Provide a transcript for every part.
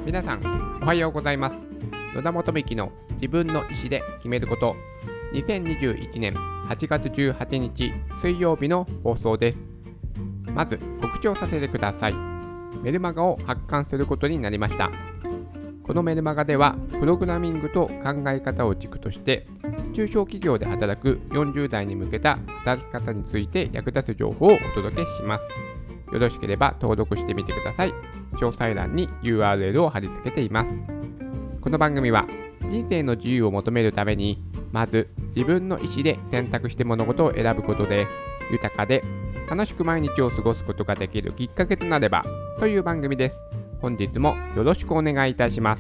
皆さんおはようございます。野田元幹の自分の意思で決めること、2021年8月18日水曜日の放送です。まず告知をさせてください。メルマガを発刊することになりました。このメルマガではプログラミングと考え方を軸として中小企業で働く40代に向けた働き方について役立つ情報をお届けします。よろしければ登録してみてください。詳細欄に URL を貼り付けています。この番組は人生の自由を求めるためにまず自分の意思で選択して物事を選ぶことで豊かで楽しく毎日を過ごすことができるきっかけとなればという番組です。本日もよろしくお願いいたします。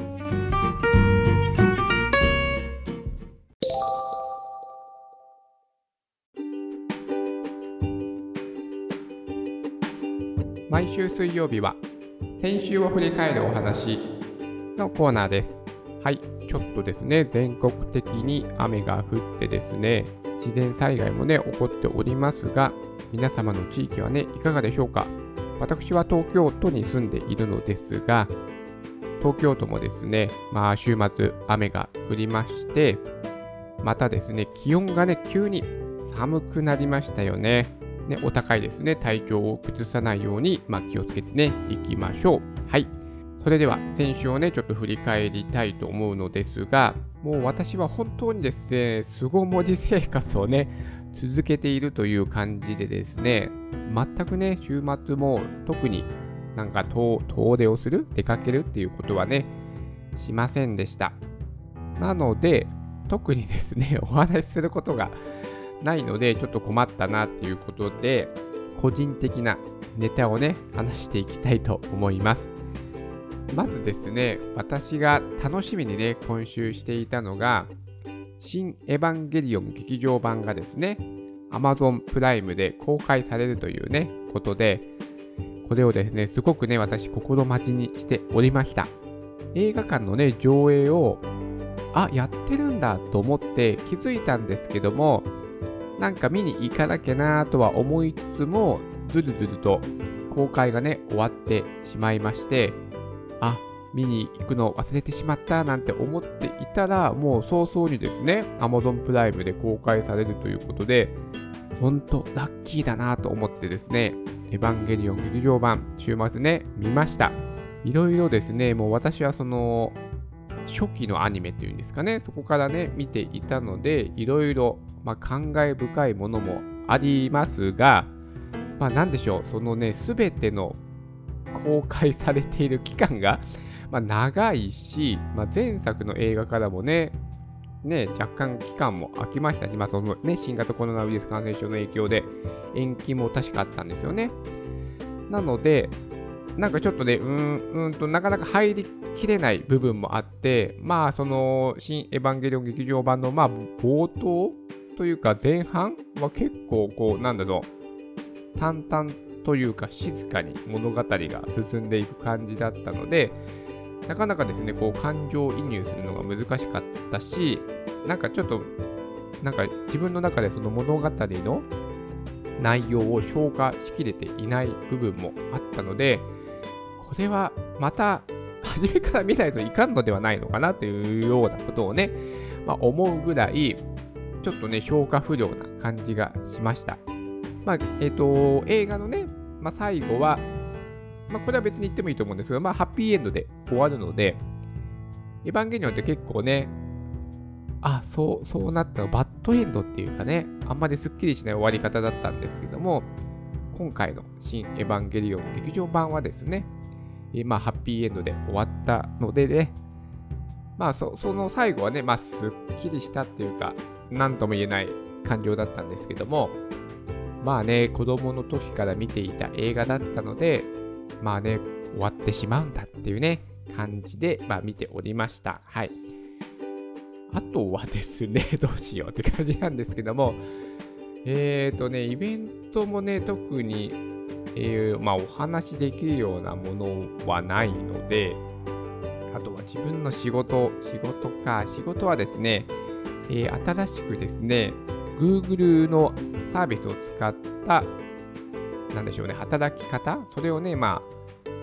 毎週水曜日は先週を振り返るお話のコーナーです。はい、ちょっとですね、全国的に雨が降ってですね、自然災害もね、起こっておりますが、皆様の地域はね、いかがでしょうか。私は東京都に住んでいるのですが、東京都もですね、週末雨が降りまして、またですね、気温がね、急に寒くなりましたよね。お高いですね。体調を崩さないように、気をつけてね、いきましょう。はい。それでは、先週をね、ちょっと振り返りたいと思うのですが、もう私は本当にですね、巣ごもり生活をね、続けているという感じでですね、全くね、週末も特になんか遠出をする、出かけるっていうことはね、しませんでした。なので、特にですね、お話しすることがないのでちょっと困ったなっていうことで個人的なネタをね話していきたいと思います。まずですね、私が楽しみにね今週していたのが新エヴァンゲリオン劇場版がですね Amazon プライムで公開されるというねことで、これをですねすごくね私心待ちにしておりました。映画館のね上映をやってるんだと思って気づいたんですけども、なんか見に行かなきゃなとは思いつつも、ずるずると公開がね、終わってしまいまして、見に行くの忘れてしまったなんて思っていたら、もう早々にですね、Amazon プライムで公開されるということで、ほんとラッキーだなと思ってですね、エヴァンゲリオン劇場版、週末ね、見ました。いろいろですね、もう私はその、初期のアニメっていうんですかね、そこからね見ていたのでいろいろ感慨深いものもありますが、なんでしょう、そのね全ての公開されている期間が長いし、前作の映画からもね若干期間も空きましたし、そのね新型コロナウイルス感染症の影響で延期も確かあったんですよね。なのでなんかちょっとね、なかなか入りきれない部分もあって、その、新エヴァンゲリオン劇場版の、冒頭というか前半は結構、淡々というか静かに物語が進んでいく感じだったので、なかなかですね、感情移入するのが難しかったし、なんかちょっと、自分の中でその物語の内容を消化しきれていない部分もあったので、これはまた初めから見ないといかんのではないのかなというようなことをね、思うぐらいちょっとね消化不良な感じがしました。映画のね、最後は、これは別に言ってもいいと思うんですけど、ハッピーエンドで終わるので、エヴァンゲリオンって結構ね、そうなったらバッドエンドっていうかね、あんまりすっきりしない終わり方だったんですけども、今回の新エヴァンゲリオン劇場版はですね、ハッピーエンドで終わったのでね、その最後はね、すっきりしたっていうか、なんとも言えない感情だったんですけども、子供の時から見ていた映画だったので、終わってしまうんだっていうね、感じで、見ておりました。はい。あとはですね、どうしようって感じなんですけども、イベントもね、特に、お話しできるようなものはないので、あとは自分の仕事はですね、新しくですね、Google のサービスを使った、なんでしょうね、働き方、それをね、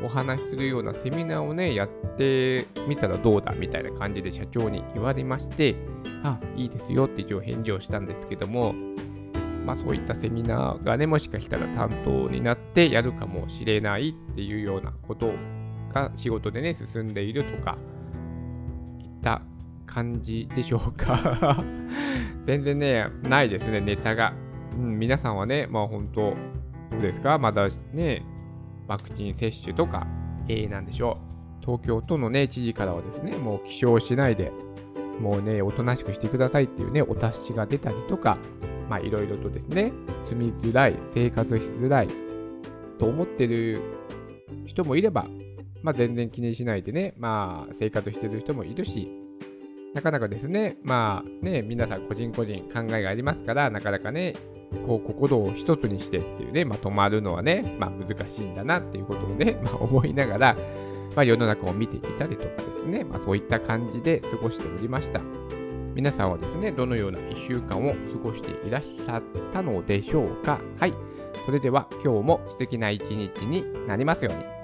お話しするようなセミナーをね、やってみたらどうだみたいな感じで社長に言われまして、いいですよって一応返事をしたんですけども、そういったセミナーがね、もしかしたら担当になってやるかもしれないっていうようなことが仕事でね、進んでいるとか、いった感じでしょうか。全然ね、ないですね、ネタが。皆さんはね、本当、どうですか？まだね、ワクチン接種とか、なんでしょう。東京都のね、知事からはですね、もう起床しないで、もうね、おとなしくしてくださいっていうね、お達しが出たりとか、いろいろとですね、住みづらい、生活しづらいと思ってる人もいれば、全然気にしないでね、生活してる人もいるし、なかなかですね、皆さん個人個人考えがありますから、なかなかね、心を一つにしてっていうね、止まるのはね、難しいんだなっていうことをね、思いながら、世の中を見ていたりとかですね、そういった感じで過ごしておりました。皆さんはですね、どのような1週間を過ごしていらっしゃったのでしょうか。はい。それでは今日も素敵な一日になりますように。